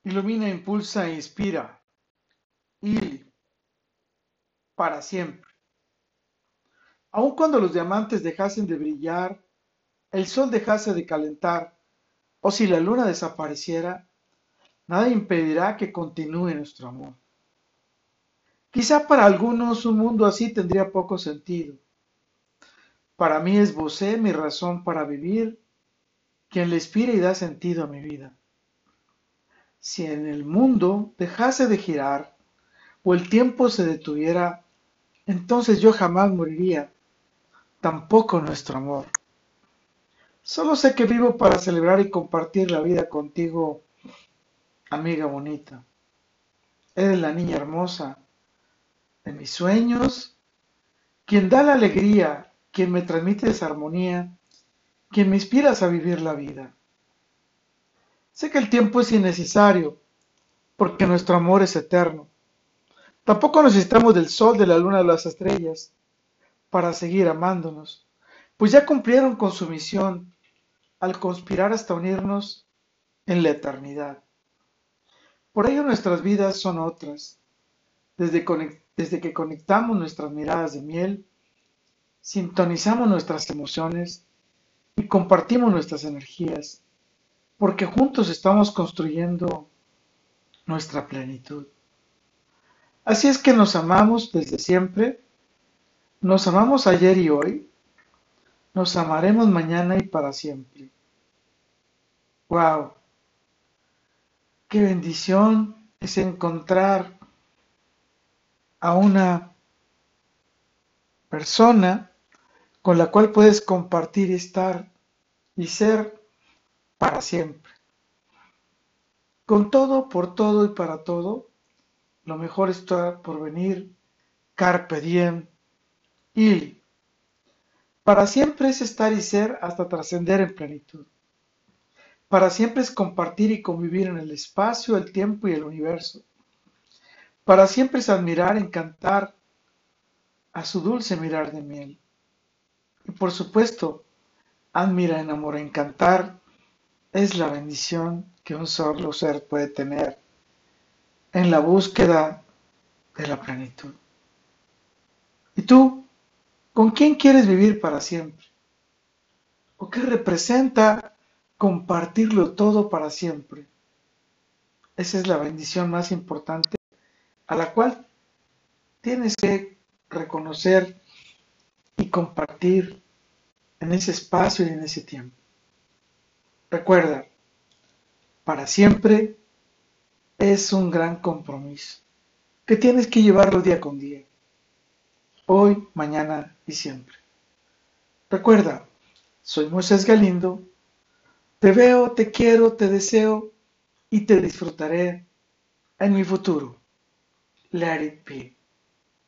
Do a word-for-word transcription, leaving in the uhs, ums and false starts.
Ilumina, impulsa e inspira. Ili, para siempre. Aun cuando los diamantes dejasen de brillar, el sol dejase de calentar, o si la luna desapareciera, nada impedirá que continúe nuestro amor. Quizá para algunos un mundo así tendría poco sentido. Para mí esbocé mi razón para vivir, quien le inspira y da sentido a mi vida. Si en el mundo dejase de girar, o el tiempo se detuviera, entonces yo jamás moriría, tampoco nuestro amor. Solo sé que vivo para celebrar y compartir la vida contigo, amiga bonita. Eres la niña hermosa de mis sueños, quien da la alegría, quien me transmite esa armonía, quien me inspiras a vivir la vida. Sé que el tiempo es innecesario, porque nuestro amor es eterno. Tampoco necesitamos del sol, de la luna, de las estrellas, para seguir amándonos, pues ya cumplieron con su misión al conspirar hasta unirnos en la eternidad. Por ello nuestras vidas son otras. Desde, conec- desde que conectamos nuestras miradas de miel, sintonizamos nuestras emociones y compartimos nuestras energías, porque juntos estamos construyendo nuestra plenitud. Así es que nos amamos desde siempre, nos amamos ayer y hoy, nos amaremos mañana y para siempre. ¡Wow! ¡Qué bendición es encontrar a una persona con la cual puedes compartir y estar y ser para siempre! Con todo, por todo y para todo, lo mejor está por venir. Carpe diem. Y para siempre es estar y ser hasta trascender en plenitud. Para siempre es compartir y convivir en el espacio, el tiempo y el universo. Para siempre es admirar, encantar a su dulce mirar de miel. Y por supuesto, admira, enamora, encantar es la bendición que un solo ser puede tener en la búsqueda de la plenitud. ¿Y tú? ¿Con quién quieres vivir para siempre? ¿O qué representa compartirlo todo para siempre? Esa es la bendición más importante a la cual tienes que reconocer y compartir en ese espacio y en ese tiempo. Recuerda, para siempre es un gran compromiso que tienes que llevarlo día con día, hoy, mañana y siempre. Recuerda, soy Moisés Galindo, te veo, te quiero, te deseo y te disfrutaré en mi futuro. Let it be.